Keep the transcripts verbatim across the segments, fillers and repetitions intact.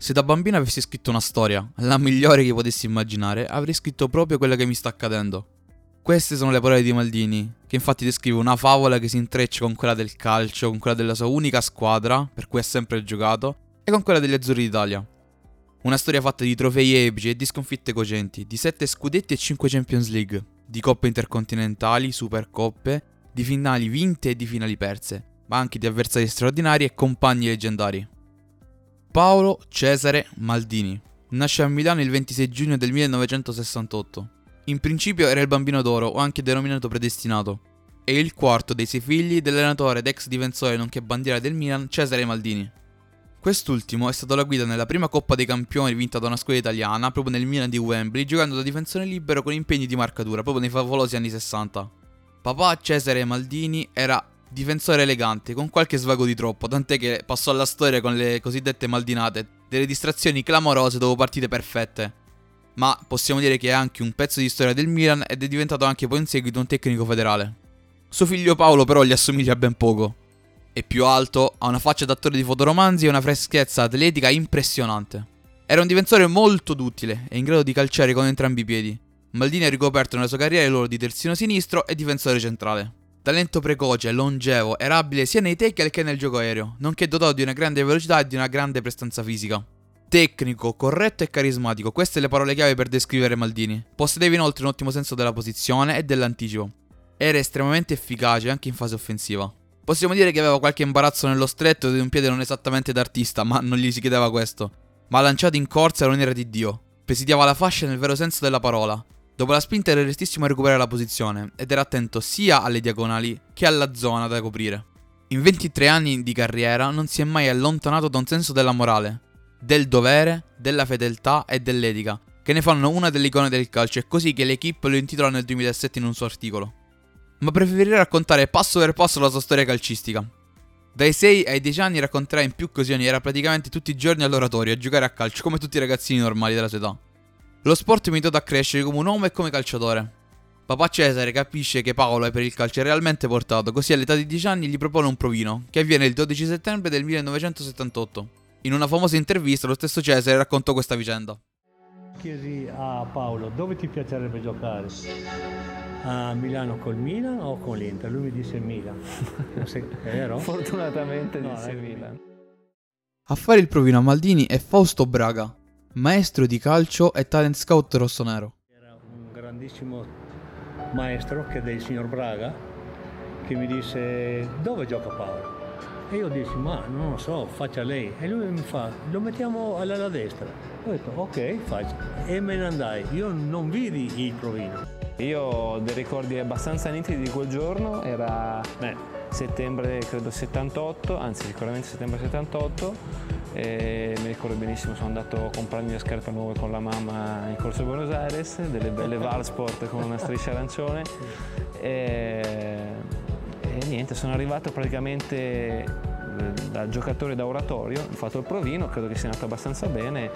Se da bambino avessi scritto una storia, la migliore che potessi immaginare, avrei scritto proprio quello che mi sta accadendo. Queste sono le parole di Maldini, che infatti descrive una favola che si intreccia con quella del calcio, con quella della sua unica squadra, per cui ha sempre giocato, e con quella degli Azzurri d'Italia. Una storia fatta di trofei epici e di sconfitte cocenti, di sette scudetti e cinque Champions League, di coppe intercontinentali, supercoppe, di finali vinte e di finali perse, ma anche di avversari straordinari e compagni leggendari. Paolo Cesare Maldini nasce a Milano il ventisei giugno del millenovecentosessantotto. In principio era il bambino d'oro, o anche denominato predestinato. È il quarto dei sei figli dell'allenatore ed ex difensore nonché bandiera del Milan Cesare Maldini. Quest'ultimo è stato la guida nella prima Coppa dei Campioni vinta da una squadra italiana, proprio nel Milan di Wembley, giocando da difensore libero con impegni di marcatura, proprio nei favolosi anni sessanta. Papà Cesare Maldini era difensore elegante, con qualche svago di troppo, tant'è che passò alla storia con le cosiddette maldinate, delle distrazioni clamorose dopo partite perfette. Ma possiamo dire che è anche un pezzo di storia del Milan ed è diventato anche poi in seguito un tecnico federale. Suo figlio Paolo però gli assomiglia ben poco. È più alto, ha una faccia d'attore di fotoromanzi e una freschezza atletica impressionante. Era un difensore molto duttile e in grado di calciare con entrambi i piedi. Maldini ha ricoperto nella sua carriera il ruolo di terzino sinistro e difensore centrale. Talento precoce, longevo, era abile sia nei tackle che nel gioco aereo, nonché dotato di una grande velocità e di una grande prestanza fisica. Tecnico, corretto e carismatico, queste le parole chiave per descrivere Maldini. Possedeva inoltre un ottimo senso della posizione e dell'anticipo. Era estremamente efficace anche in fase offensiva. Possiamo dire che aveva qualche imbarazzo nello stretto ed un piede non esattamente d'artista, ma non gli si chiedeva questo. Ma lanciato in corsa non era di Dio. Presidiava la fascia nel vero senso della parola. Dopo la spinta era restissimo a recuperare la posizione ed era attento sia alle diagonali che alla zona da coprire. In ventitré anni di carriera non si è mai allontanato da un senso della morale, del dovere, della fedeltà e dell'etica, che ne fanno una delle icone del calcio, è così che l'Equipe lo intitola nel duemilasette in un suo articolo. Ma preferirei raccontare passo per passo la sua storia calcistica. Dai sei ai dieci anni racconterà in più occasioni, era praticamente tutti i giorni all'oratorio a giocare a calcio come tutti i ragazzini normali della sua età. Lo sport mi aiutò a crescere come un uomo e come calciatore. Papà Cesare capisce che Paolo è per il calcio realmente portato, così all'età di dieci anni gli propone un provino, che avviene il dodici settembre del millenovecentosettantotto. In una famosa intervista lo stesso Cesare raccontò questa vicenda. Chiesi a Paolo dove ti piacerebbe giocare? A Milano col Milan o con l'Inter? Lui mi disse Milan. È vero? Fortunatamente No, disse è Milan. A fare il provino a Maldini è Fausto Braga, maestro di calcio e talent scout rossonero. Era un grandissimo maestro che è del signor Braga che mi disse dove gioca Paolo? E io dissi ma non lo so, faccia lei. E lui mi fa lo mettiamo alla destra. Ho detto ok, faccia. E me ne andai. Io non vidi il provino. Io ho dei ricordi abbastanza nitidi di quel giorno, era Beh, settembre credo settantotto, anzi sicuramente settembre settantotto, e mi ricordo benissimo, sono andato a comprarmi le scarpe nuove con la mamma in Corso Buenos Aires, delle belle Valsport con una striscia arancione e, e niente, sono arrivato praticamente da giocatore da oratorio, ho fatto il provino, credo che sia andato abbastanza bene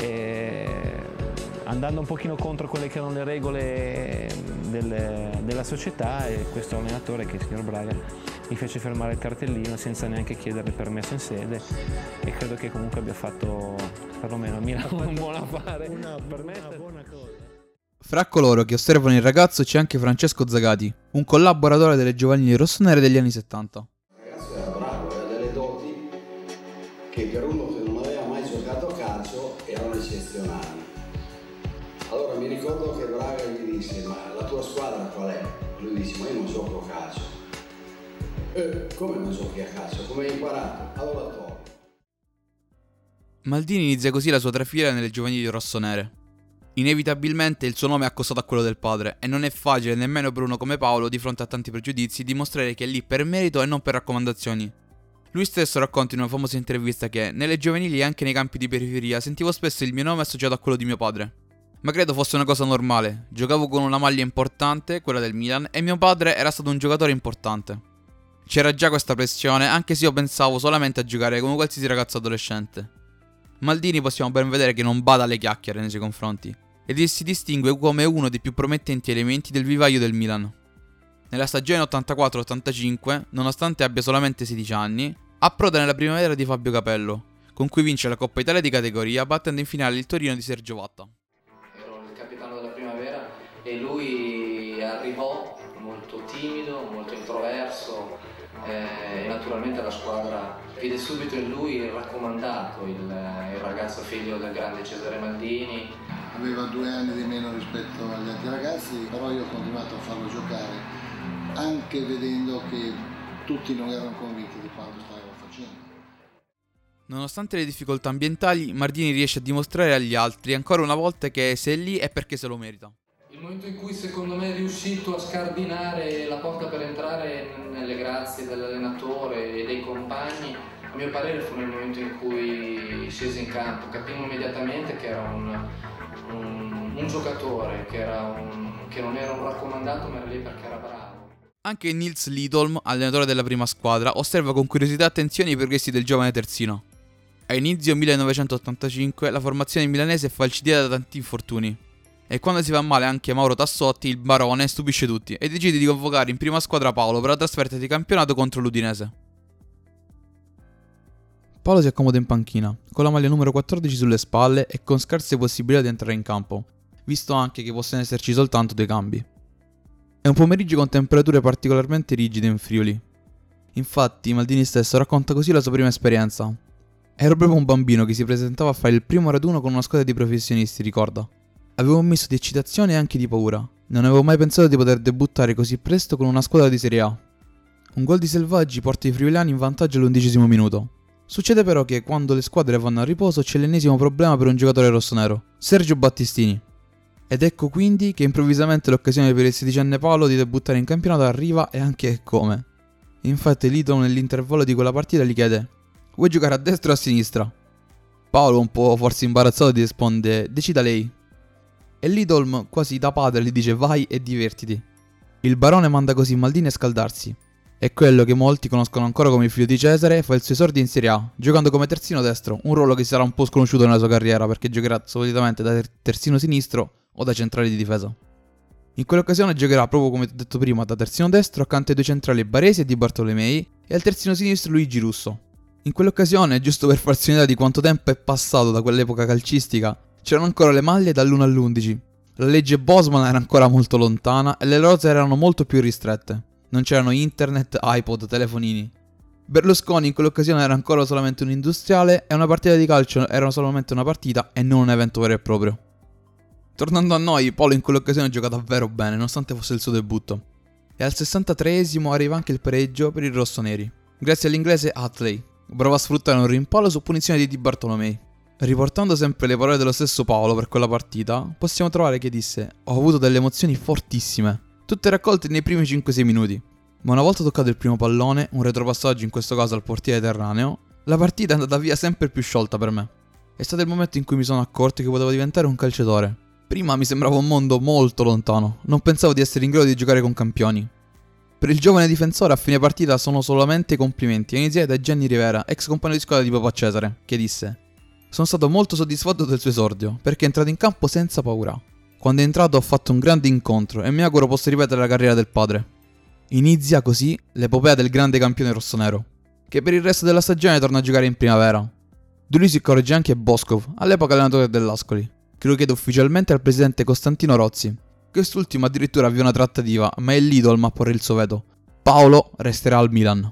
e andando un pochino contro quelle che erano le regole del, della società, e questo allenatore, che è il signor Braga, mi fece fermare il cartellino senza neanche chiedere il permesso in sede, e credo che comunque abbia fatto perlomeno a Milano un buon affare. una, Per me una buona cosa. Fra coloro che osservano il ragazzo c'è anche Francesco Zagati, un collaboratore delle giovanili rossonere degli anni settanta. Il ragazzo era bravo, aveva delle doti che per uno che non aveva mai giocato a calcio erano eccezionali. Allora mi ricordo che Braga gli disse ma la tua squadra qual è? Lui disse ma io non gioco a calcio. Eh, come non giochi a calcio? Come hai imparato? All'oratorio. Maldini inizia così la sua trafila nelle giovanili rossonere. Inevitabilmente il suo nome è accostato a quello del padre e non è facile nemmeno per uno come Paolo, di fronte a tanti pregiudizi, dimostrare che è lì per merito e non per raccomandazioni. Lui stesso racconta in una famosa intervista che nelle giovanili e anche nei campi di periferia sentivo spesso il mio nome associato a quello di mio padre. Ma credo fosse una cosa normale, giocavo con una maglia importante, quella del Milan, e mio padre era stato un giocatore importante. C'era già questa pressione, anche se io pensavo solamente a giocare come qualsiasi ragazzo adolescente. Maldini possiamo ben vedere che non bada alle chiacchiere nei suoi confronti, ed si distingue come uno dei più promettenti elementi del vivaio del Milan. Nella stagione ottantaquattro ottantacinque, nonostante abbia solamente sedici anni, approda nella primavera di Fabio Capello, con cui vince la Coppa Italia di categoria, battendo in finale il Torino di Sergio Vatta. Ero il capitano della primavera e lui arrivò molto timido, molto introverso eh, e naturalmente la squadra vide subito in lui il raccomandato, il, il ragazzo figlio del grande Cesare Maldini. Aveva due anni di meno rispetto agli altri ragazzi, però io ho continuato a farlo giocare, anche vedendo che tutti non erano convinti di quanto stavano facendo. Nonostante le difficoltà ambientali, Maldini riesce a dimostrare agli altri ancora una volta che se è lì è perché se lo merita. Il momento in cui secondo me è riuscito a scardinare la porta per entrare nelle grazie dell'allenatore e dei compagni, a mio parere fu nel momento in cui scese in campo. Capimmo immediatamente che era un, un, un giocatore, che, era un, che non era un raccomandato ma era lì perché era bravo. Anche Nils Lidholm, allenatore della prima squadra, osserva con curiosità e attenzione i progressi del giovane terzino. A inizio millenovecentottantacinque la formazione milanese è falcidiata da tanti infortuni. E quando si fa male anche Mauro Tassotti, il barone stupisce tutti e decide di convocare in prima squadra Paolo per la trasferta di campionato contro l'Udinese. Paolo si accomoda in panchina, con la maglia numero quattordici sulle spalle e con scarse possibilità di entrare in campo, visto anche che possono esserci soltanto due cambi. È un pomeriggio con temperature particolarmente rigide in Friuli. Infatti Maldini stesso racconta così la sua prima esperienza. Ero proprio un bambino che si presentava a fare il primo raduno con una squadra di professionisti, ricorda. Avevo un misto di eccitazione e anche di paura. Non avevo mai pensato di poter debuttare così presto con una squadra di Serie A. Un gol di Selvaggi porta i friulani in vantaggio all'undicesimo minuto. Succede però che quando le squadre vanno a riposo c'è l'ennesimo problema per un giocatore rossonero, Sergio Battistini. Ed ecco quindi che improvvisamente l'occasione per il sedicenne Paolo di debuttare in campionato arriva e anche come. Infatti Lidholm nell'intervallo di quella partita gli chiede: vuoi giocare a destra o a sinistra? Paolo, un po' forse imbarazzato, gli risponde: decida lei. E Lidholm, quasi da padre, gli dice: vai e divertiti. Il barone manda così Maldini a scaldarsi. È quello che molti conoscono ancora come il figlio di Cesare, fa il suo esordio in Serie A, giocando come terzino destro, un ruolo che sarà un po' sconosciuto nella sua carriera perché giocherà solitamente da terzino sinistro o da centrale di difesa. In quell'occasione giocherà, proprio come ti ho detto prima, da terzino destro accanto ai due centrali Baresi e Di Bartolomei e al terzino sinistro Luigi Russo. In quell'occasione, giusto per farsi un'idea di quanto tempo è passato da quell'epoca calcistica, c'erano ancora le maglie dall'uno all'undici. La legge Bosman era ancora molto lontana e le rose erano molto più ristrette. Non c'erano internet, iPod, telefonini. Berlusconi in quell'occasione era ancora solamente un industriale e una partita di calcio era solamente una partita e non un evento vero e proprio. Tornando a noi, Paolo in quell'occasione gioca davvero bene, nonostante fosse il suo debutto. E al sessantatreesimo arriva anche il pareggio per i rossoneri, grazie all'inglese Hatley, bravo a sfruttare un rimpallo su punizione di Di Bartolomei. Riportando sempre le parole dello stesso Paolo per quella partita, possiamo trovare che disse: ho avuto delle emozioni fortissime, tutte raccolte nei primi cinque sei minuti. Ma una volta toccato il primo pallone, un retropassaggio in questo caso al portiere terraneo, la partita è andata via sempre più sciolta per me. È stato il momento in cui mi sono accorto che potevo diventare un calciatore. Prima mi sembrava un mondo molto lontano, non pensavo di essere in grado di giocare con campioni. Per il giovane difensore a fine partita sono solamente complimenti, a iniziare da Gianni Rivera, ex compagno di squadra di papà Cesare, che disse: sono stato molto soddisfatto del suo esordio, perché è entrato in campo senza paura. Quando è entrato ho fatto un grande incontro e mi auguro possa ripetere la carriera del padre. Inizia così l'epopea del grande campione rossonero, che per il resto della stagione torna a giocare in primavera. Di lui si accorge anche Boscov, all'epoca allenatore dell'Ascoli, che lo chiede ufficialmente al presidente Costantino Rozzi. Quest'ultimo addirittura avvia una trattativa, ma è Lidholm a porre il suo veto. Paolo resterà al Milan.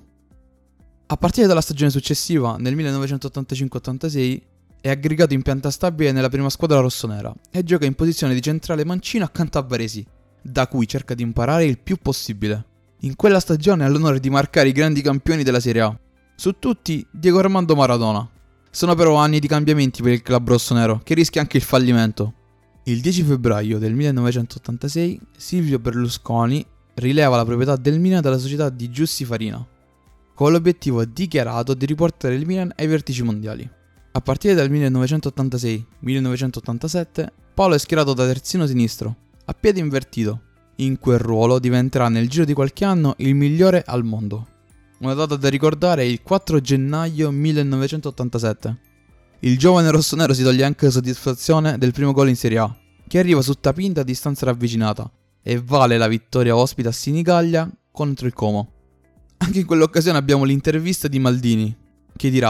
A partire dalla stagione successiva, nel millenovecentottantacinque ottantasei, è aggregato in pianta stabile nella prima squadra rossonera e gioca in posizione di centrale mancino accanto a Baresi, da cui cerca di imparare il più possibile. In quella stagione ha l'onore di marcare i grandi campioni della Serie A. Su tutti, Diego Armando Maradona. Sono però anni di cambiamenti per il club rossonero, che rischia anche il fallimento. Il dieci febbraio del millenovecentottantasei, Silvio Berlusconi rileva la proprietà del Milan dalla società di Giussi Farina, con l'obiettivo dichiarato di riportare il Milan ai vertici mondiali. A partire dal millenovecentottantasei millenovecentottantasette, Paolo è schierato da terzino sinistro, a piede invertito. In quel ruolo diventerà nel giro di qualche anno il migliore al mondo. Una data da ricordare è il quattro gennaio millenovecentottantasette. Il giovane rossonero si toglie anche la soddisfazione del primo gol in Serie A, che arriva su Tapinta a distanza ravvicinata e vale la vittoria ospite a Sinigaglia contro il Como. Anche in quell'occasione abbiamo l'intervista di Maldini, che dirà: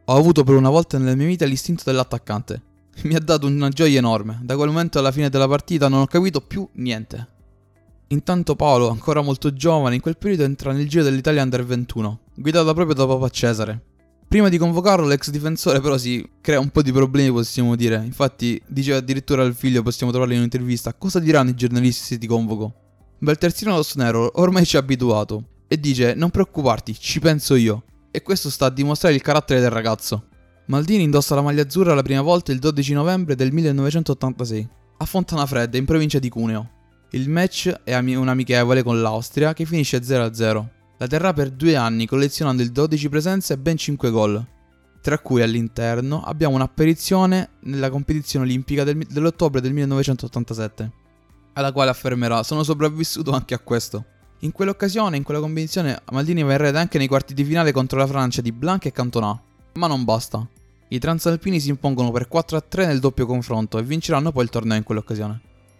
Ho avuto per una volta nella mia vita l'istinto dell'attaccante. Mi ha dato una gioia enorme. Da quel momento alla fine della partita non ho capito più niente. Intanto Paolo, ancora molto giovane, in quel periodo entra nel giro dell'Italia Under ventuno, guidata proprio da papà Cesare. Prima di convocarlo l'ex difensore però si crea un po' di problemi, possiamo dire. Infatti diceva addirittura al figlio, possiamo trovarlo in un'intervista: cosa diranno i giornalisti se ti convoco? Beh, il terzino rossonero ormai ci ha abituato e dice: non preoccuparti, ci penso io. E questo sta a dimostrare il carattere del ragazzo. Maldini indossa la maglia azzurra la prima volta il dodici novembre del millenovecentottantasei a Fontanafredda, in provincia di Cuneo. Il match è un amichevole con l'Austria che finisce zero a zero. La terrà per due anni collezionando il dodici presenze e ben cinque gol, tra cui all'interno abbiamo un'apparizione nella competizione olimpica del, dell'ottobre del millenovecentottantasette, alla quale affermerà: sono sopravvissuto anche a questo. In quell'occasione, in quella competizione, Maldini va in rete anche nei quarti di finale contro la Francia di Blanc e Cantona. Ma non basta. I transalpini si impongono per quattro a tre nel doppio confronto e vinceranno poi il torneo in quell'occasione.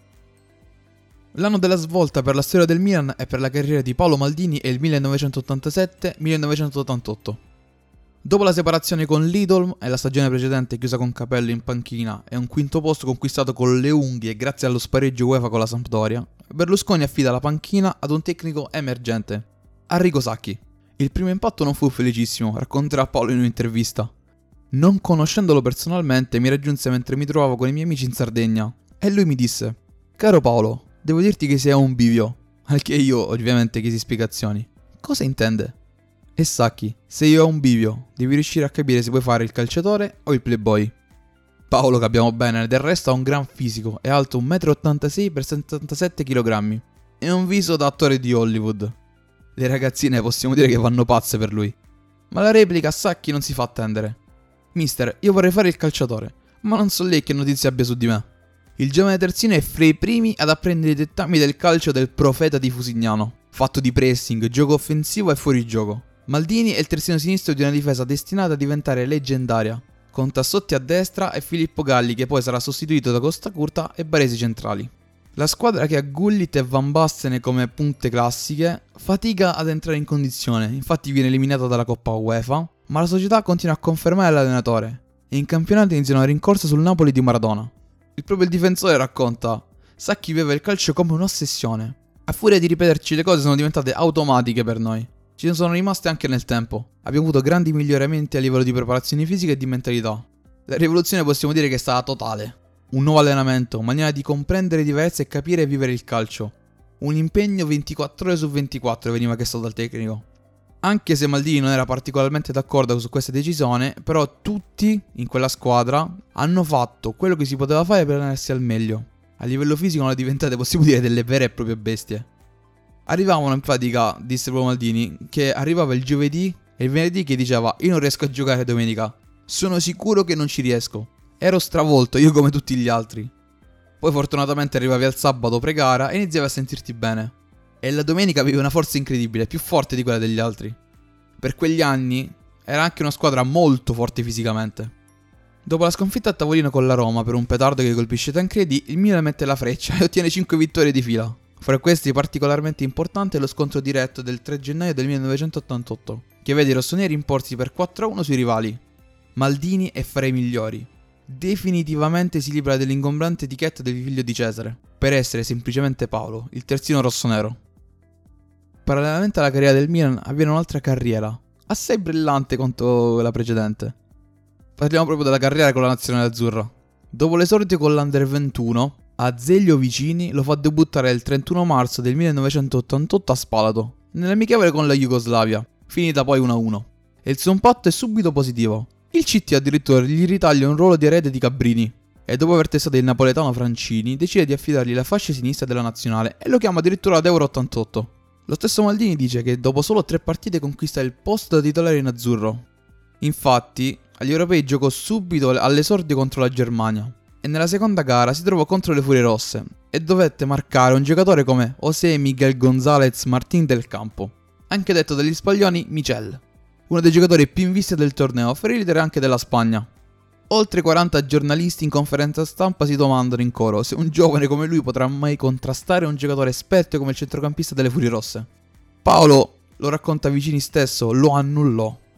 L'anno della svolta per la storia del Milan e per la carriera di Paolo Maldini è il millenovecentottantasette millenovecentottantotto. Dopo la separazione con l'Idol e la stagione precedente chiusa con Capello in panchina e un quinto posto conquistato con le unghie grazie allo spareggio UEFA con la Sampdoria, Berlusconi affida la panchina ad un tecnico emergente, Arrigo Sacchi. Il primo impatto non fu felicissimo, racconterà Paolo in un'intervista. Non conoscendolo personalmente mi raggiunse mentre mi trovavo con i miei amici in Sardegna e lui mi disse: caro Paolo, devo dirti che sei un bivio. Al che io ovviamente chiesi spiegazioni. Cosa intende? E Sacchi: se io ho un bivio, devi riuscire a capire se puoi fare il calciatore o il playboy. Paolo, capiamo bene, del resto ha un gran fisico, è alto uno virgola ottantasei metri per settantasette chilogrammi e un viso da attore di Hollywood. Le ragazzine possiamo dire che vanno pazze per lui. Ma la replica a Sacchi non si fa attendere. Mister, io vorrei fare il calciatore, ma non so lei che notizie abbia su di me. Il giovane terzino è fra i primi ad apprendere i dettami del calcio del profeta di Fusignano, fatto di pressing, gioco offensivo e fuorigioco. Maldini è il terzino sinistro di una difesa destinata a diventare leggendaria, con Tassotti a destra e Filippo Galli che poi sarà sostituito da Costa Curta e Baresi centrali. La squadra che ha Gullit e Van Basten come punte classiche fatica ad entrare in condizione, infatti viene eliminata dalla Coppa UEFA, ma la società continua a confermare l'allenatore e in campionato iniziano a rincorsa sul Napoli di Maradona. Il proprio il difensore racconta: Sacchi viveva il calcio come un'ossessione. A furia di ripeterci le cose sono diventate automatiche per noi. Ci sono rimaste anche nel tempo. Abbiamo avuto grandi miglioramenti a livello di preparazione fisica e di mentalità. La rivoluzione possiamo dire che è stata totale. Un nuovo allenamento, maniera di comprendere diverse e capire e vivere il calcio. Un impegno ventiquattro ore su ventiquattro veniva chiesto dal tecnico. Anche se Maldini non era particolarmente d'accordo su questa decisione, però tutti in quella squadra hanno fatto quello che si poteva fare per allenarsi al meglio. A livello fisico sono diventate, possiamo dire, delle vere e proprie bestie. Arrivavano in pratica, disse proprio Maldini, che arrivava il giovedì e il venerdì che diceva: io non riesco a giocare domenica, sono sicuro che non ci riesco. Ero stravolto, io come tutti gli altri. Poi fortunatamente arrivavi al sabato pre-gara e iniziavi a sentirti bene. E la domenica avevi una forza incredibile, più forte di quella degli altri. Per quegli anni era anche una squadra molto forte fisicamente. Dopo la sconfitta a tavolino con la Roma per un petardo che colpisce Tancredi, il Milan mette la freccia e ottiene cinque vittorie di fila. Fra questi particolarmente importante è lo scontro diretto del tre gennaio del millenovecentottantotto, che vede i rossoneri imporsi per quattro a uno sui rivali. Maldini è fra i migliori. Definitivamente si libera dell'ingombrante etichetta del figlio di Cesare, per essere semplicemente Paolo, il terzino rossonero. Parallelamente alla carriera del Milan avviene un'altra carriera, assai brillante quanto la precedente. Parliamo proprio della carriera con la nazionale azzurra. Dopo l'esordio con l'Under ventuno, Azeglio Vicini lo fa debuttare il trentuno marzo del millenovecentottantotto a Spalato, nell'amichevole con la Jugoslavia, finita poi uno a uno. E il suo impatto è subito positivo. Il C T addirittura gli ritaglia un ruolo di erede di Cabrini e dopo aver testato il napoletano Francini decide di affidargli la fascia sinistra della nazionale e lo chiama addirittura ad Euro ottantotto. Lo stesso Maldini dice che dopo solo tre partite conquista il posto da titolare in azzurro. Infatti agli europei giocò subito all'esordio contro la Germania e nella seconda gara si trovò contro le Furie Rosse e dovette marcare un giocatore come José Miguel González Martín del Campo, anche detto dagli spaglioni Michel, uno dei giocatori più in vista del torneo, fra i leader anche della Spagna. Oltre quaranta giornalisti in conferenza stampa si domandano in coro se un giovane come lui potrà mai contrastare un giocatore esperto come il centrocampista delle Furie Rosse. Paolo, lo racconta Vicini stesso, lo annullò.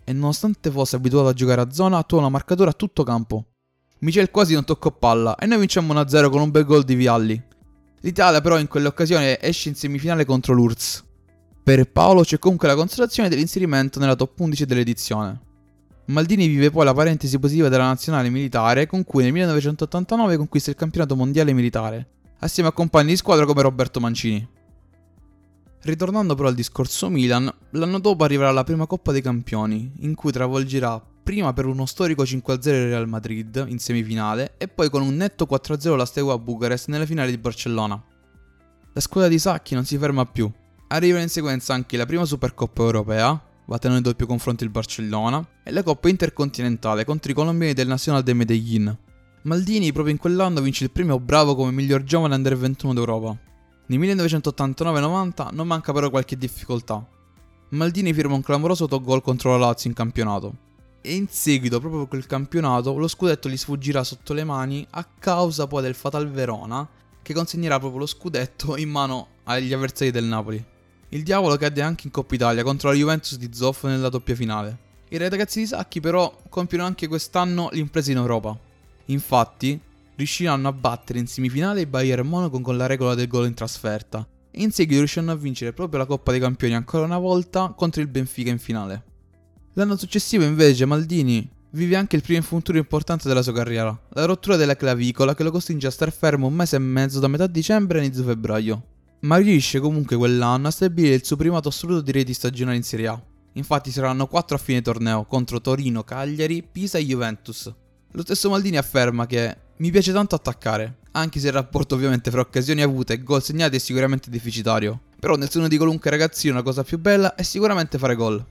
e nonostante fosse abituato a giocare a zona attuò una marcatura a tutto campo. Michel quasi non toccò palla e noi vincemmo uno a zero con un bel gol di Vialli. L'Italia però in quell'occasione esce in semifinale contro l'U R S S. Per Paolo c'è comunque la consolazione dell'inserimento nella top undici dell'edizione. Maldini vive poi la parentesi positiva della nazionale militare con cui nel millenovecentottantanove conquista il campionato mondiale militare, assieme a compagni di squadra come Roberto Mancini. Ritornando però al discorso Milan, l'anno dopo arriverà la prima Coppa dei Campioni, in cui travolgerà prima per uno storico cinque a zero il Real Madrid in semifinale e poi con un netto quattro a zero la Steaua Bucarest nelle finali di Barcellona. La squadra di Sacchi non si ferma più. Arriva in sequenza anche la prima Supercoppa europea, battendo in doppio confronto il Barcellona, e la Coppa intercontinentale contro i colombiani del Nacional de Medellín. Maldini proprio in quell'anno vince il premio Bravo come miglior giovane under ventuno d'Europa. Nel millenovecentottantanove novanta non manca però qualche difficoltà. Maldini firma un clamoroso autogol contro la Lazio in campionato. E in seguito, proprio per quel campionato, lo scudetto gli sfuggirà sotto le mani a causa poi del Fatal Verona, che consegnerà proprio lo scudetto in mano agli avversari del Napoli. Il diavolo cadde anche in Coppa Italia contro la Juventus di Zoff nella doppia finale. I ragazzi di Sacchi però compiono anche quest'anno l'impresa in Europa. Infatti, riusciranno a battere in semifinale il Bayern Monaco con la regola del gol in trasferta e in seguito riusciranno a vincere proprio la Coppa dei Campioni ancora una volta contro il Benfica in finale. L'anno successivo invece Maldini vive anche il primo infortunio importante della sua carriera, la rottura della clavicola che lo costringe a star fermo un mese e mezzo da metà dicembre a inizio febbraio. Ma riesce comunque quell'anno a stabilire il suo primato assoluto di reti stagionali in Serie A. Infatti saranno quattro a fine torneo contro Torino, Cagliari, Pisa e Juventus. Lo stesso Maldini afferma che mi piace tanto attaccare, anche se il rapporto ovviamente fra occasioni avute e gol segnati è sicuramente deficitario. Però nel seno di qualunque ragazzino la cosa più bella è sicuramente fare gol.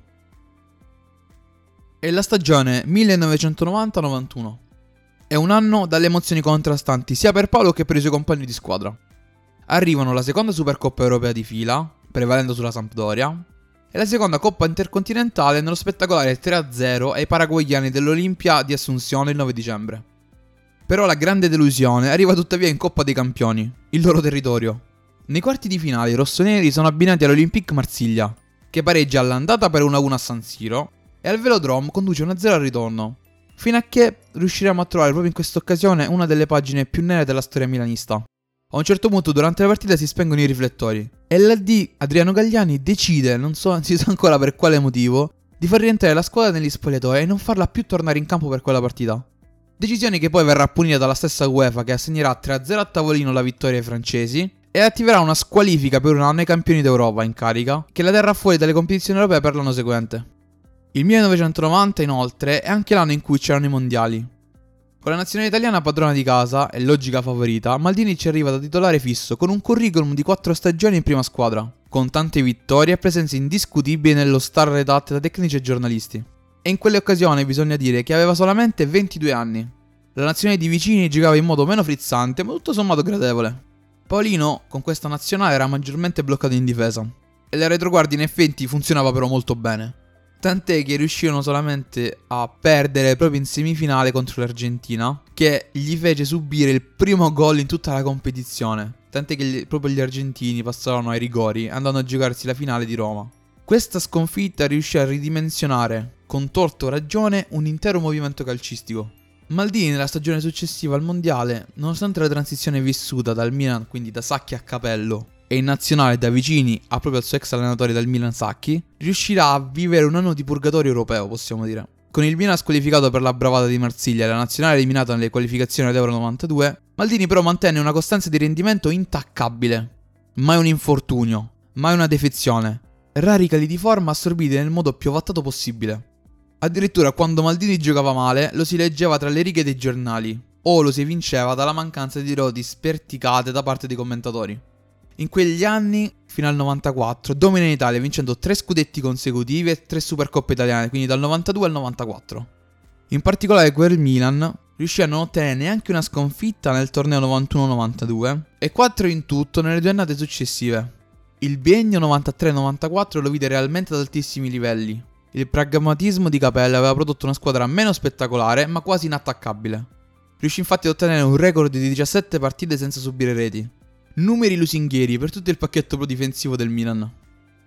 È la stagione millenovecentonovanta novantuno. È un anno dalle emozioni contrastanti sia per Paolo che per i suoi compagni di squadra. Arrivano la seconda Supercoppa europea di fila, prevalendo sulla Sampdoria, e la seconda Coppa intercontinentale nello spettacolare tre a zero ai paraguayani dell'Olimpia di Asunción il nove dicembre. Però la grande delusione arriva tuttavia in Coppa dei Campioni, il loro territorio. Nei quarti di finale i rossoneri sono abbinati all'Olympique Marsiglia, che pareggia all'andata per uno a uno a San Siro e al Velodrome conduce uno a zero al ritorno, fino a che riusciremo a trovare proprio in questa occasione una delle pagine più nere della storia milanista. A un certo punto durante la partita si spengono i riflettori e l'A D Adriano Galliani decide, non so, non si sa ancora per quale motivo, di far rientrare la squadra negli spogliatoi e non farla più tornare in campo per quella partita. Decisione che poi verrà punita dalla stessa UEFA che assegnerà tre a zero a tavolino la vittoria ai francesi e attiverà una squalifica per un anno ai campioni d'Europa in carica che la terrà fuori dalle competizioni europee per l'anno seguente. Il millenovecentonovanta inoltre è anche l'anno in cui c'erano i mondiali. Con la nazionale italiana padrona di casa e logica favorita, Maldini ci arriva da titolare fisso con un curriculum di quattro stagioni in prima squadra, con tante vittorie e presenze indiscutibili nello star redatte da tecnici e giornalisti. E in quelle occasioni bisogna dire che aveva solamente ventidue anni. La nazionale di vicini giocava in modo meno frizzante ma tutto sommato gradevole. Paolino con questa nazionale era maggiormente bloccato in difesa e la retroguardia in effetti funzionava però molto bene. Tant'è che riuscirono solamente a perdere proprio in semifinale contro l'Argentina, che gli fece subire il primo gol in tutta la competizione. Tant'è che gli, proprio gli argentini passarono ai rigori, andando a giocarsi la finale di Roma. Questa sconfitta riuscì a ridimensionare, con torto o ragione, un intero movimento calcistico. Maldini nella stagione successiva al mondiale, nonostante la transizione vissuta dal Milan, quindi da Sacchi a Capello, e in nazionale da vicini a proprio al suo ex allenatore del Milan Sacchi, riuscirà a vivere un anno di purgatorio europeo, possiamo dire. Con il Milan squalificato per la bravata di Marsiglia e la nazionale eliminata nelle qualificazioni all'Euro novantadue, Maldini però mantenne una costanza di rendimento intaccabile. Mai un infortunio, mai una defezione, rari cali di forma assorbiti nel modo più ovattato possibile. Addirittura quando Maldini giocava male lo si leggeva tra le righe dei giornali, o lo si evinceva dalla mancanza di doti sperticate da parte dei commentatori. In quegli anni, fino al novantaquattro, domina in Italia vincendo tre scudetti consecutivi e tre Supercoppe italiane, quindi dal novantadue al novantaquattro. In particolare quel Milan riuscì a non ottenere neanche una sconfitta nel torneo novantuno novantadue e quattro in tutto nelle due annate successive. Il biennio novantatré novantaquattro lo vide realmente ad altissimi livelli. Il pragmatismo di Capello aveva prodotto una squadra meno spettacolare ma quasi inattaccabile. Riuscì infatti ad ottenere un record di diciassette partite senza subire reti. Numeri lusinghieri per tutto il pacchetto pro difensivo del Milan.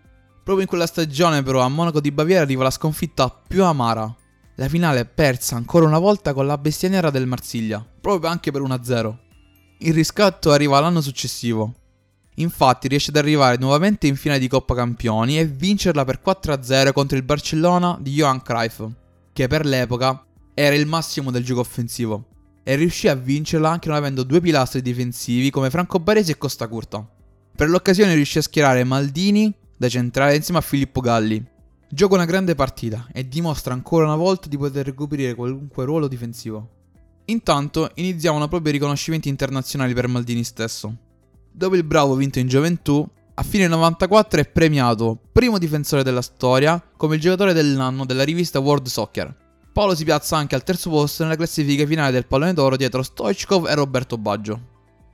Proprio in quella stagione però a Monaco di Baviera arriva la sconfitta più amara. La finale persa ancora una volta con la bestia nera del Marsiglia, proprio anche per uno a zero. Il riscatto arriva l'anno successivo. Infatti riesce ad arrivare nuovamente in finale di Coppa Campioni e vincerla per quattro a zero contro il Barcellona di Johan Cruyff, che per l'epoca era il massimo del gioco offensivo, e riuscì a vincerla anche non avendo due pilastri difensivi come Franco Baresi e Costa Curta. Per l'occasione riuscì a schierare Maldini da centrale insieme a Filippo Galli. Gioca una grande partita e dimostra ancora una volta di poter ricoprire qualunque ruolo difensivo. Intanto iniziavano proprio i riconoscimenti internazionali per Maldini stesso. Dopo il bravo vinto in gioventù, a fine novantaquattro è premiato primo difensore della storia come il giocatore dell'anno della rivista World Soccer. Paolo si piazza anche al terzo posto nella classifica finale del pallone d'oro dietro Stoichkov e Roberto Baggio.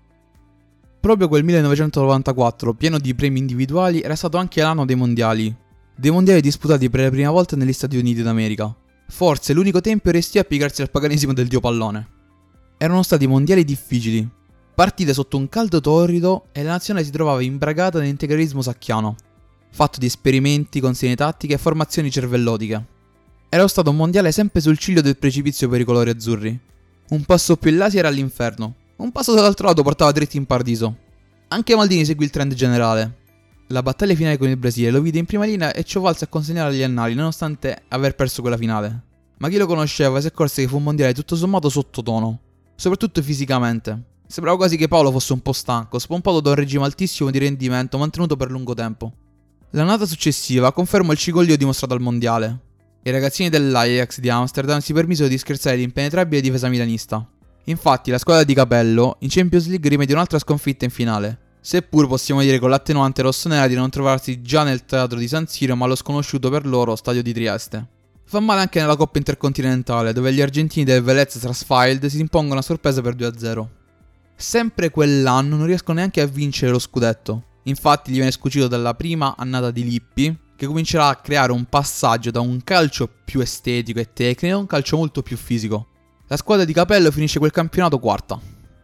Proprio quel millenovecentonovantaquattro, pieno di premi individuali, era stato anche l'anno dei mondiali. Dei mondiali disputati per la prima volta negli Stati Uniti d'America. Forse l'unico tempio restò a piegarsi al paganesimo del dio pallone. Erano stati mondiali difficili, partite sotto un caldo torrido e la nazione si trovava imbragata nell'integralismo sacchiano, fatto di esperimenti, consegne tattiche e formazioni cervellotiche. Era stato un mondiale sempre sul ciglio del precipizio per i colori azzurri. Un passo più in là si era all'inferno. Un passo dall'altro lato portava dritti in paradiso. Anche Maldini seguì il trend generale. La battaglia finale con il Brasile lo vide in prima linea e ciò valse a consegnare agli annali nonostante aver perso quella finale. Ma chi lo conosceva si accorse che fu un mondiale tutto sommato sottotono, soprattutto fisicamente. Sembrava quasi che Paolo fosse un po' stanco, spompato da un regime altissimo di rendimento mantenuto per lungo tempo. L'annata successiva confermò il cigoglio dimostrato al mondiale. I ragazzini dell'Ajax di Amsterdam si permisero di scherzare l'impenetrabile difesa milanista. Infatti la squadra di Capello in Champions League rimediò un'altra sconfitta in finale, seppur possiamo dire con l'attenuante rossonera di non trovarsi già nel teatro di San Siro ma allo sconosciuto per loro stadio di Trieste. Fa male anche nella Coppa Intercontinentale dove gli argentini del Velez Sarsfield si impongono a sorpresa per due a zero. Sempre quell'anno non riescono neanche a vincere lo scudetto, infatti gli viene scucito dalla prima annata di Lippi, che comincerà a creare un passaggio da un calcio più estetico e tecnico a un calcio molto più fisico. La squadra di Capello finisce quel campionato quarta.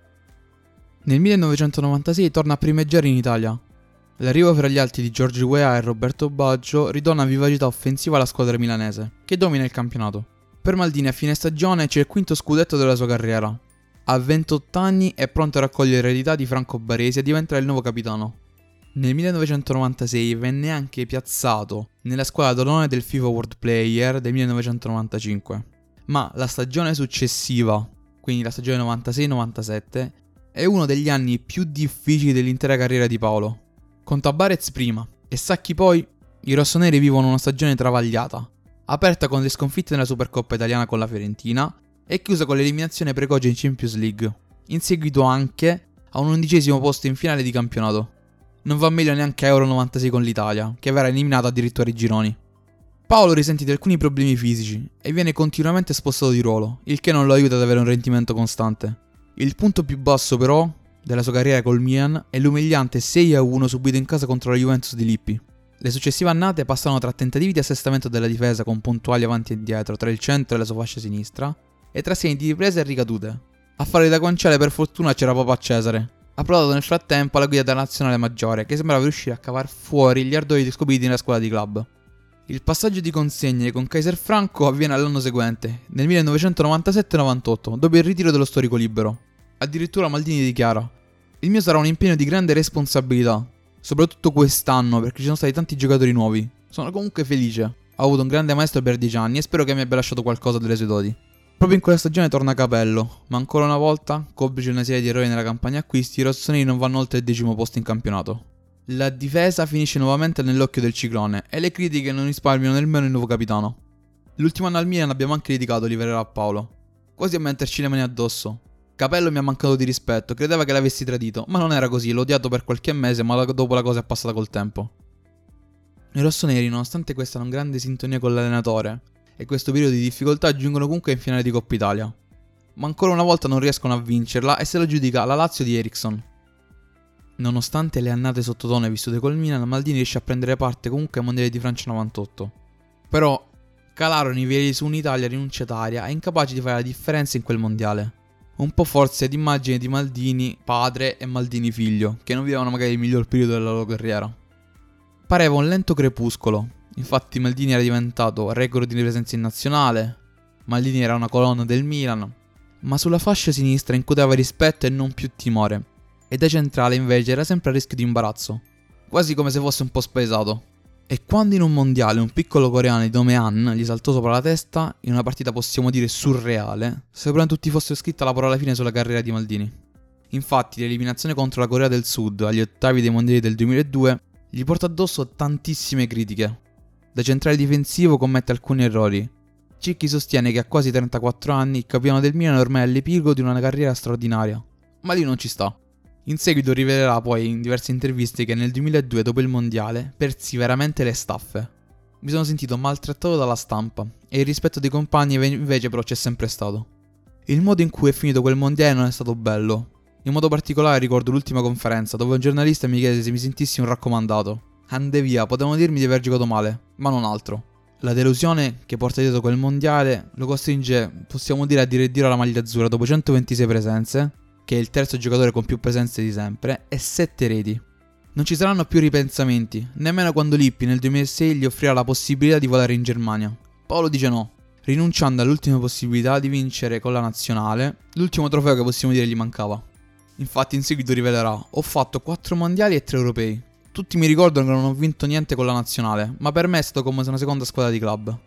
Nel millenovecentonovantasei torna a primeggiare in Italia. L'arrivo fra gli alti di Giorgio Weah e Roberto Baggio ridona vivacità offensiva alla squadra milanese, che domina il campionato. Per Maldini a fine stagione c'è il quinto scudetto della sua carriera. A ventotto anni è pronto a raccogliere l'eredità di Franco Baresi e diventare il nuovo capitano. Nel millenovecentonovantasei venne anche piazzato nella squadra d'onore del FIFA World Player del millenovecentonovantacinque. Ma la stagione successiva, quindi la stagione novantasei novantasette, è uno degli anni più difficili dell'intera carriera di Paolo. Con Tabarez prima e Sacchi poi, i rossoneri vivono una stagione travagliata, aperta con le sconfitte nella Supercoppa italiana con la Fiorentina e chiusa con l'eliminazione precoce in Champions League, in seguito anche a un undicesimo posto in finale di campionato. Non va meglio neanche a Euro novantasei con l'Italia, che verrà eliminato addirittura ai gironi. Paolo risente di alcuni problemi fisici e viene continuamente spostato di ruolo, il che non lo aiuta ad avere un rendimento costante. Il punto più basso però della sua carriera col Milan è l'umiliante sei a uno subito in casa contro la Juventus di Lippi. Le successive annate passano tra tentativi di assestamento della difesa con puntuali avanti e indietro tra il centro e la sua fascia sinistra e tra segni di ripresa e ricadute. A fare da guanciale per fortuna c'era Papà Cesare, approdato nel frattempo alla guida della nazionale maggiore, che sembrava riuscire a cavar fuori gli ardori scopriti nella squadra di club. Il passaggio di consegne con Kaiser Franco avviene all'anno seguente, nel millenovecentonovantasette novantotto, dopo il ritiro dello storico libero. Addirittura Maldini dichiara: "Il mio sarà un impegno di grande responsabilità, soprattutto quest'anno perché ci sono stati tanti giocatori nuovi. Sono comunque felice, ho avuto un grande maestro per dieci anni e spero che mi abbia lasciato qualcosa delle sue doti." Proprio in quella stagione torna Capello, ma ancora una volta, complice una serie di errori nella campagna acquisti, i rossoneri non vanno oltre il decimo posto in campionato. La difesa finisce nuovamente nell'occhio del ciclone e le critiche non risparmiano nemmeno il nuovo capitano. L'ultimo anno al Milan abbiamo anche dedicato Oliveira a Paolo, quasi a metterci le mani addosso. Capello mi ha mancato di rispetto, credeva che l'avessi tradito, ma non era così, l'ho odiato per qualche mese, ma dopo la cosa è passata col tempo. I rossoneri, nonostante questa non grande sintonia con l'allenatore e questo periodo di difficoltà, giungono comunque in finale di Coppa Italia. Ma ancora una volta non riescono a vincerla e se lo giudica la Lazio di Eriksson. Nonostante le annate sottotono vissute col Milan, Maldini riesce a prendere parte comunque ai mondiali di Francia novantotto. Però calarono i veli su un'Italia rinunciataria e incapace di fare la differenza in quel mondiale. Un po' forse d'immagine di Maldini padre e Maldini figlio, che non vivevano magari il miglior periodo della loro carriera. Pareva un lento crepuscolo, infatti Maldini era diventato record di presenza in nazionale, Maldini era una colonna del Milan, ma sulla fascia sinistra incuteva rispetto e non più timore, e da centrale invece era sempre a rischio di imbarazzo, quasi come se fosse un po' spaesato. E quando in un mondiale un piccolo coreano di nome Han gli saltò sopra la testa, in una partita possiamo dire surreale, sembrava tutti fosse scritta la parola fine sulla carriera di Maldini. Infatti l'eliminazione contro la Corea del Sud agli ottavi dei mondiali del duemiladue gli porta addosso tantissime critiche. Da centrale difensivo commette alcuni errori. Cicchi sostiene che a quasi trentaquattro anni il capitano del Milan è ormai all'epilogo di una carriera straordinaria, ma lì non ci sta. In seguito rivelerà poi in diverse interviste che nel duemiladue, dopo il mondiale, persi veramente le staffe. Mi sono sentito maltrattato dalla stampa e il rispetto dei compagni invece però c'è sempre stato. Il modo in cui è finito quel mondiale non è stato bello. In modo particolare ricordo l'ultima conferenza dove un giornalista mi chiese se mi sentissi un raccomandato. Ande via, potevano dirmi di aver giocato male, ma non altro. La delusione che porta dietro quel mondiale lo costringe, possiamo dire, a dire addio alla maglia azzurra dopo centoventisei presenze, che è il terzo giocatore con più presenze di sempre, e sette reti. Non ci saranno più ripensamenti, nemmeno quando Lippi nel duemilasei gli offrirà la possibilità di volare in Germania. Paolo dice no, rinunciando all'ultima possibilità di vincere con la nazionale, l'ultimo trofeo che possiamo dire gli mancava. Infatti in seguito rivelerà: ho fatto quattro mondiali e tre europei. Tutti mi ricordano che non ho vinto niente con la nazionale, ma per me è stato come una seconda squadra di club.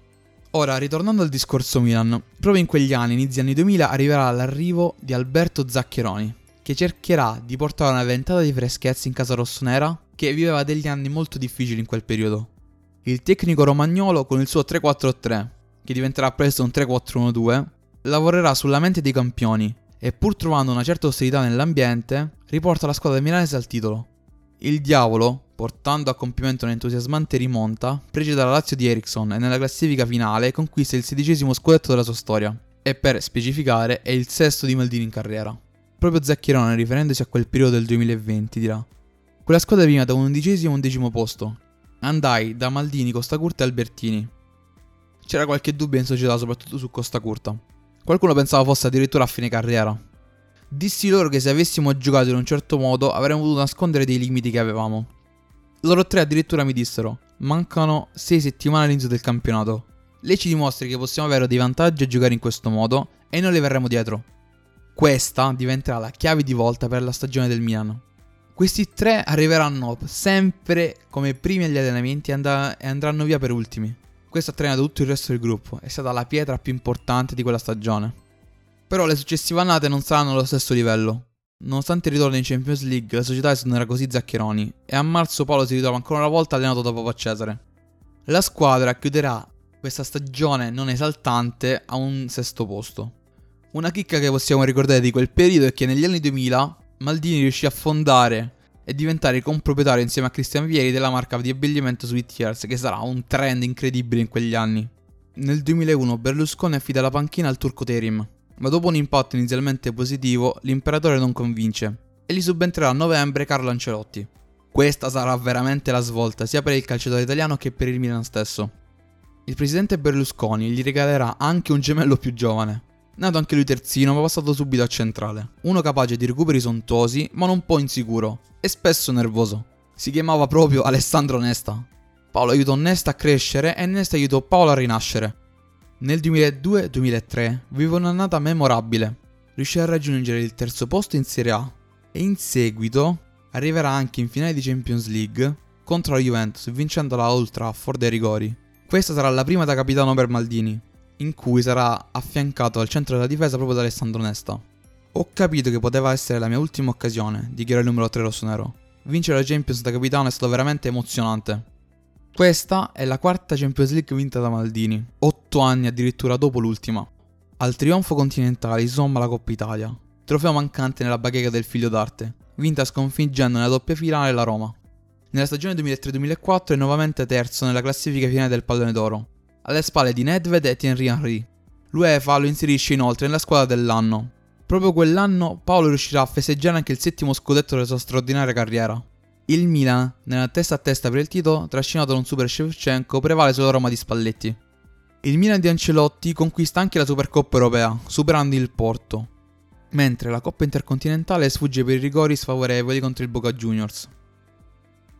Ora, ritornando al discorso Milan, proprio in quegli anni, inizi anni duemila, arriverà l'arrivo di Alberto Zaccheroni, che cercherà di portare una ventata di freschezza in casa rossonera, che viveva degli anni molto difficili in quel periodo. Il tecnico romagnolo, con il suo tre quattro tre, che diventerà presto un tre quattro uno due, lavorerà sulla mente dei campioni e, pur trovando una certa ostilità nell'ambiente, riporta la squadra milanese al titolo. Il Diavolo, portando a compimento un'entusiasmante rimonta, precede la Lazio di Eriksson e nella classifica finale conquista il sedicesimo scudetto della sua storia. E per specificare è il sesto di Maldini in carriera. Proprio Zaccherone, riferendosi a quel periodo del duemilaventi, dirà: quella squadra veniva da un undicesimo a undicesimo posto. Andai da Maldini, Costacurta e Albertini. C'era qualche dubbio in società, soprattutto su Costacurta. Qualcuno pensava fosse addirittura a fine carriera. Dissi loro che se avessimo giocato in un certo modo avremmo potuto nascondere dei limiti che avevamo. Loro tre addirittura mi dissero: mancano sei settimane all'inizio del campionato. Lei ci dimostri che possiamo avere dei vantaggi a giocare in questo modo e noi le verremo dietro. Questa diventerà la chiave di volta per la stagione del Milan. Questi tre arriveranno sempre come primi agli allenamenti e, and- e andranno via per ultimi. Questo ha trainato tutto il resto del gruppo, è stata la pietra più importante di quella stagione. Però le successive annate non saranno allo stesso livello. Nonostante il ritorno in Champions League, la società non era così Zaccheroni e a marzo Paolo si ritrova ancora una volta allenato da Papa Cesare. La squadra chiuderà questa stagione non esaltante a un sesto posto. Una chicca che possiamo ricordare di quel periodo è che negli anni duemila Maldini riuscì a fondare e diventare comproprietario insieme a Cristian Vieri della marca di abbigliamento Sweet Years, che sarà un trend incredibile in quegli anni. Nel duemilauno Berlusconi affida la panchina al turco Terim, ma dopo un impatto inizialmente positivo l'imperatore non convince e gli subentrerà a novembre Carlo Ancelotti. Questa sarà veramente la svolta sia per il calciatore italiano che per il Milan stesso. Il presidente Berlusconi gli regalerà anche un gemello più giovane, nato anche lui terzino ma passato subito a centrale, uno capace di recuperi sontuosi ma non un po' insicuro e spesso nervoso. Si chiamava proprio Alessandro Nesta. Paolo aiutò Nesta a crescere e Nesta aiutò Paolo a rinascere. Nel duemiladue duemilatré vive un'annata memorabile. Riuscì a raggiungere il terzo posto in Serie A e in seguito arriverà anche in finale di Champions League contro la Juventus, vincendo la Old Trafford ai rigori. Questa sarà la prima da capitano per Maldini, in cui sarà affiancato al centro della difesa proprio da Alessandro Nesta. Ho capito che poteva essere la mia ultima occasione, dichiara il numero tre rossonero. Vincere la Champions da capitano è stato veramente emozionante. Questa è la quarta Champions League vinta da Maldini, otto anni addirittura dopo l'ultima. Al trionfo continentale si somma la Coppa Italia, trofeo mancante nella bacheca del figlio d'arte, vinta sconfiggendo nella doppia finale la Roma. Nella stagione duemilatré duemilaquattro è nuovamente terzo nella classifica finale del Pallone d'Oro, alle spalle di Nedved e Thierry Henry. L'UEFA lo inserisce inoltre nella squadra dell'anno. Proprio quell'anno Paolo riuscirà a festeggiare anche il settimo scudetto della sua straordinaria carriera. Il Milan, nella testa a testa per il titolo, trascinato da un super Shevchenko, prevale sulla Roma di Spalletti. Il Milan di Ancelotti conquista anche la Supercoppa europea, superando il Porto, mentre la Coppa Intercontinentale sfugge per i rigori sfavorevoli contro il Boca Juniors.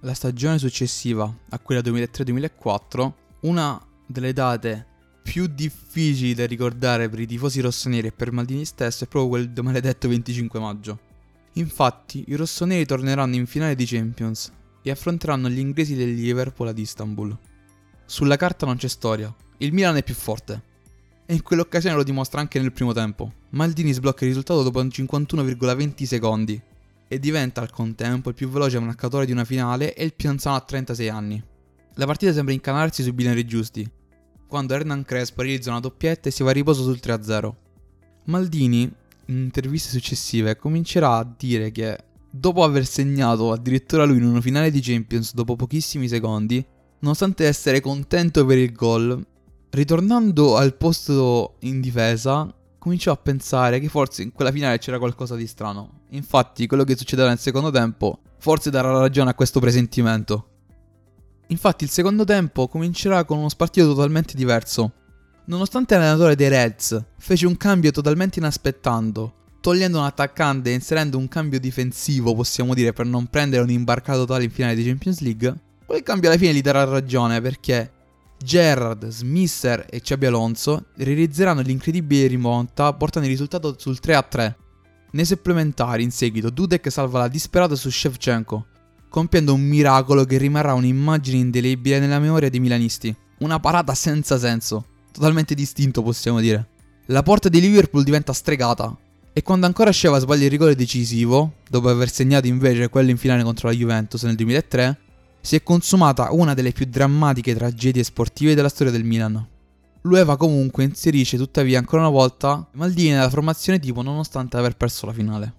la stagione successiva a quella duemilatré duemilaquattro, una delle date più difficili da ricordare per i tifosi rossoneri e per Maldini stesso è proprio quel maledetto venticinque maggio. Infatti, i rossoneri torneranno in finale di Champions e affronteranno gli inglesi del Liverpool ad Istanbul. Sulla carta non c'è storia, il Milan è più forte. E in quell'occasione lo dimostra anche nel primo tempo. Maldini sblocca il risultato dopo cinquantuno virgola venti secondi e diventa al contempo il più veloce marcatore di una finale e il più anziano a trentasei anni. La partita sembra incanarsi sui binari giusti, quando Hernan Crespo realizza una doppietta e si va a riposo sul tre a zero. Maldini, in interviste successive, comincerà a dire che dopo aver segnato addirittura lui in una finale di Champions dopo pochissimi secondi, nonostante essere contento per il gol, ritornando al posto in difesa, cominciò a pensare che forse in quella finale c'era qualcosa di strano. Infatti, quello che succederà nel secondo tempo forse darà ragione a questo presentimento. Infatti, il secondo tempo comincerà con uno spartito totalmente diverso. Nonostante l'allenatore dei Reds fece un cambio totalmente inaspettando, togliendo un attaccante e inserendo un cambio difensivo, possiamo dire, per non prendere un'imbarcata totale in finale di Champions League, quel cambio alla fine gli darà ragione perché Gerrard, Smisser e Xabi Alonso realizzeranno l'incredibile rimonta portando il risultato sul tre a tre. Nei supplementari, in seguito, Dudek salva la disperata su Shevchenko, compiendo un miracolo che rimarrà un'immagine indelebile nella memoria dei milanisti. Una parata senza senso, totalmente distinto possiamo dire. La porta di Liverpool diventa stregata e quando ancora Sheva sbaglia il rigore decisivo, dopo aver segnato invece quello in finale contro la Juventus nel duemilatré, si è consumata una delle più drammatiche tragedie sportive della storia del Milan. L'UEFA comunque inserisce tuttavia ancora una volta Maldini nella formazione tipo nonostante aver perso la finale.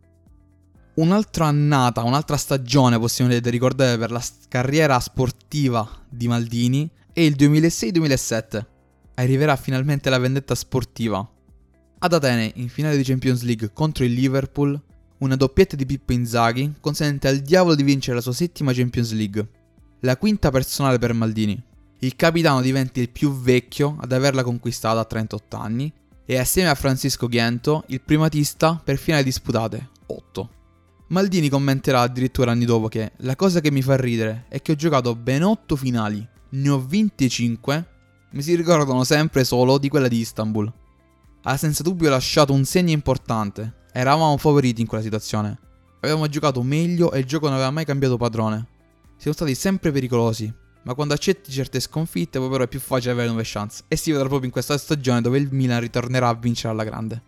Un'altra annata, un'altra stagione possiamo dire da ricordare per la carriera sportiva di Maldini è il duemilasei duemilasette. Arriverà finalmente la vendetta sportiva. Ad Atene, in finale di Champions League contro il Liverpool, una doppietta di Pippo Inzaghi consente al diavolo di vincere la sua settima Champions League, la quinta personale per Maldini. Il capitano diventa il più vecchio ad averla conquistata a trentotto anni e assieme a Francisco Ghiento il primatista per finali disputate, otto. Maldini commenterà addirittura anni dopo che la cosa che mi fa ridere è che ho giocato ben otto finali, ne ho vinte cinque, mi si ricordano sempre solo di quella di Istanbul. Ha senza dubbio lasciato un segno importante. Eravamo favoriti in quella situazione. Avevamo giocato meglio e il gioco non aveva mai cambiato padrone. Siamo stati sempre pericolosi, ma quando accetti certe sconfitte poi però è più facile avere nuove chance. E si vedrà proprio in questa stagione dove il Milan ritornerà a vincere alla grande.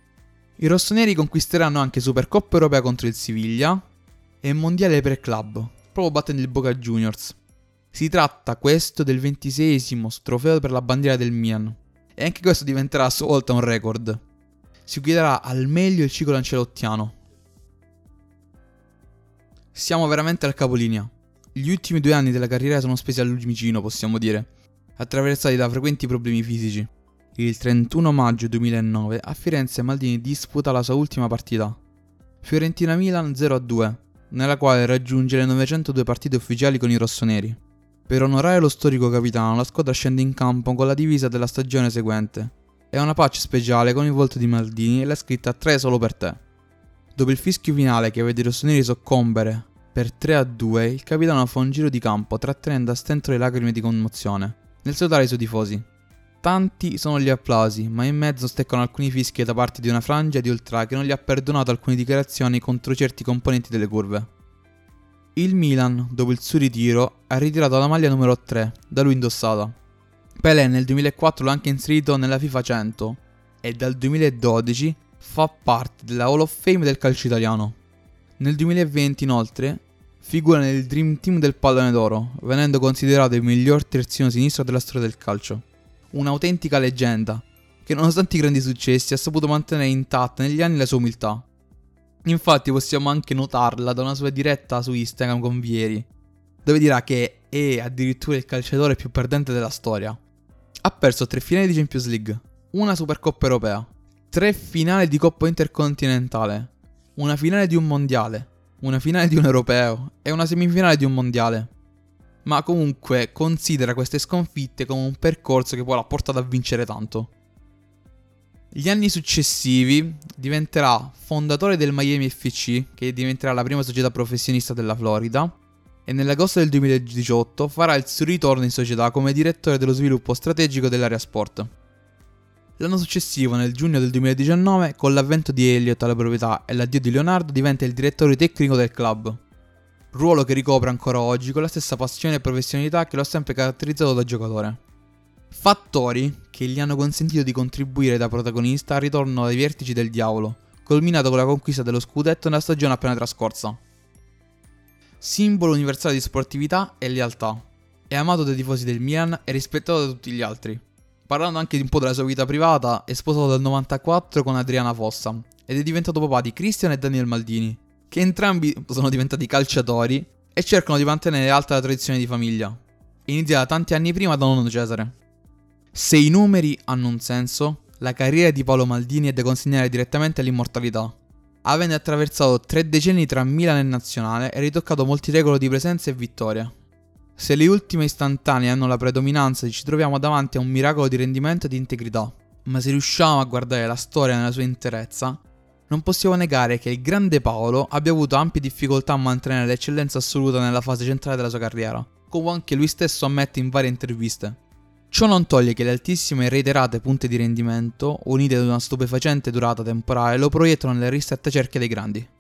I rossoneri conquisteranno anche Supercoppa Europea contro il Siviglia e Mondiale per club, proprio battendo il Boca Juniors. Si tratta questo del ventiseiesimo trofeo per la bandiera del Milan. E anche questo diventerà a sua volta un record. Si chiuderà al meglio il ciclo ancelottiano. Siamo veramente al capolinea. Gli ultimi due anni della carriera sono spesi al lumicino, possiamo dire, attraversati da frequenti problemi fisici. Il trentuno maggio duemilanove a Firenze Maldini disputa la sua ultima partita, Fiorentina-Milan zero a due, nella quale raggiunge le novecentodue partite ufficiali con i rossoneri. Per onorare lo storico capitano, la squadra scende in campo con la divisa della stagione seguente. È una patch speciale con il volto di Maldini e la scritta tre solo per te. Dopo il fischio finale che vede i rossoneri soccombere per tre a due, il capitano fa un giro di campo trattenendo a stento le lacrime di commozione nel salutare i suoi tifosi. Tanti sono gli applausi, ma in mezzo steccano alcuni fischi da parte di una frangia di ultra che non gli ha perdonato alcune dichiarazioni contro certi componenti delle curve. Il Milan, dopo il suo ritiro, ha ritirato la maglia numero tre, da lui indossata. Pelé nel duemilaquattro l'ha anche inserito nella FIFA cento e dal duemiladodici fa parte della Hall of Fame del calcio italiano. Nel duemilaventi inoltre figura nel Dream Team del Pallone d'Oro, venendo considerato il miglior terzino sinistro della storia del calcio. Un'autentica leggenda, che nonostante i grandi successi ha saputo mantenere intatta negli anni la sua umiltà. Infatti possiamo anche notarla da una sua diretta su Instagram con Vieri, dove dirà che è addirittura il calciatore più perdente della storia. Ha perso tre finali di Champions League, una Supercoppa Europea, tre finali di Coppa Intercontinentale, una finale di un mondiale, una finale di un europeo e una semifinale di un mondiale. Ma comunque considera queste sconfitte come un percorso che poi l'ha portato a vincere tanto. Gli anni successivi diventerà fondatore del Miami F C, che diventerà la prima società professionista della Florida, e nell'agosto del duemiladiciotto farà il suo ritorno in società come direttore dello sviluppo strategico dell'area sport. L'anno successivo, nel giugno del duemiladiciannove, con l'avvento di Elliott alla proprietà e l'addio di Leonardo, diventa il direttore tecnico del club, ruolo che ricopre ancora oggi con la stessa passione e professionalità che lo ha sempre caratterizzato da giocatore. Fattori che gli hanno consentito di contribuire da protagonista al ritorno ai vertici del diavolo, culminato con la conquista dello scudetto nella stagione appena trascorsa. Simbolo universale di sportività e lealtà, è amato dai tifosi del Milan e rispettato da tutti gli altri. Parlando anche un po' della sua vita privata, è sposato dal novantaquattro con Adriana Fossa ed è diventato papà di Christian e Daniel Maldini, che entrambi sono diventati calciatori e cercano di mantenere alta la tradizione di famiglia, iniziata tanti anni prima da nonno Cesare. Se i numeri hanno un senso, la carriera di Paolo Maldini è da consegnare direttamente all'immortalità, avendo attraversato tre decenni tra Milan e Nazionale e ritoccato molti record di presenza e vittoria. Se le ultime istantanee hanno la predominanza, ci troviamo davanti a un miracolo di rendimento e di integrità, ma se riusciamo a guardare la storia nella sua interezza, non possiamo negare che il grande Paolo abbia avuto ampie difficoltà a mantenere l'eccellenza assoluta nella fase centrale della sua carriera, come anche lui stesso ammette in varie interviste. Ciò non toglie che le altissime e reiterate punte di rendimento, unite ad una stupefacente durata temporale, lo proiettano nelle ristrette cerchie dei grandi.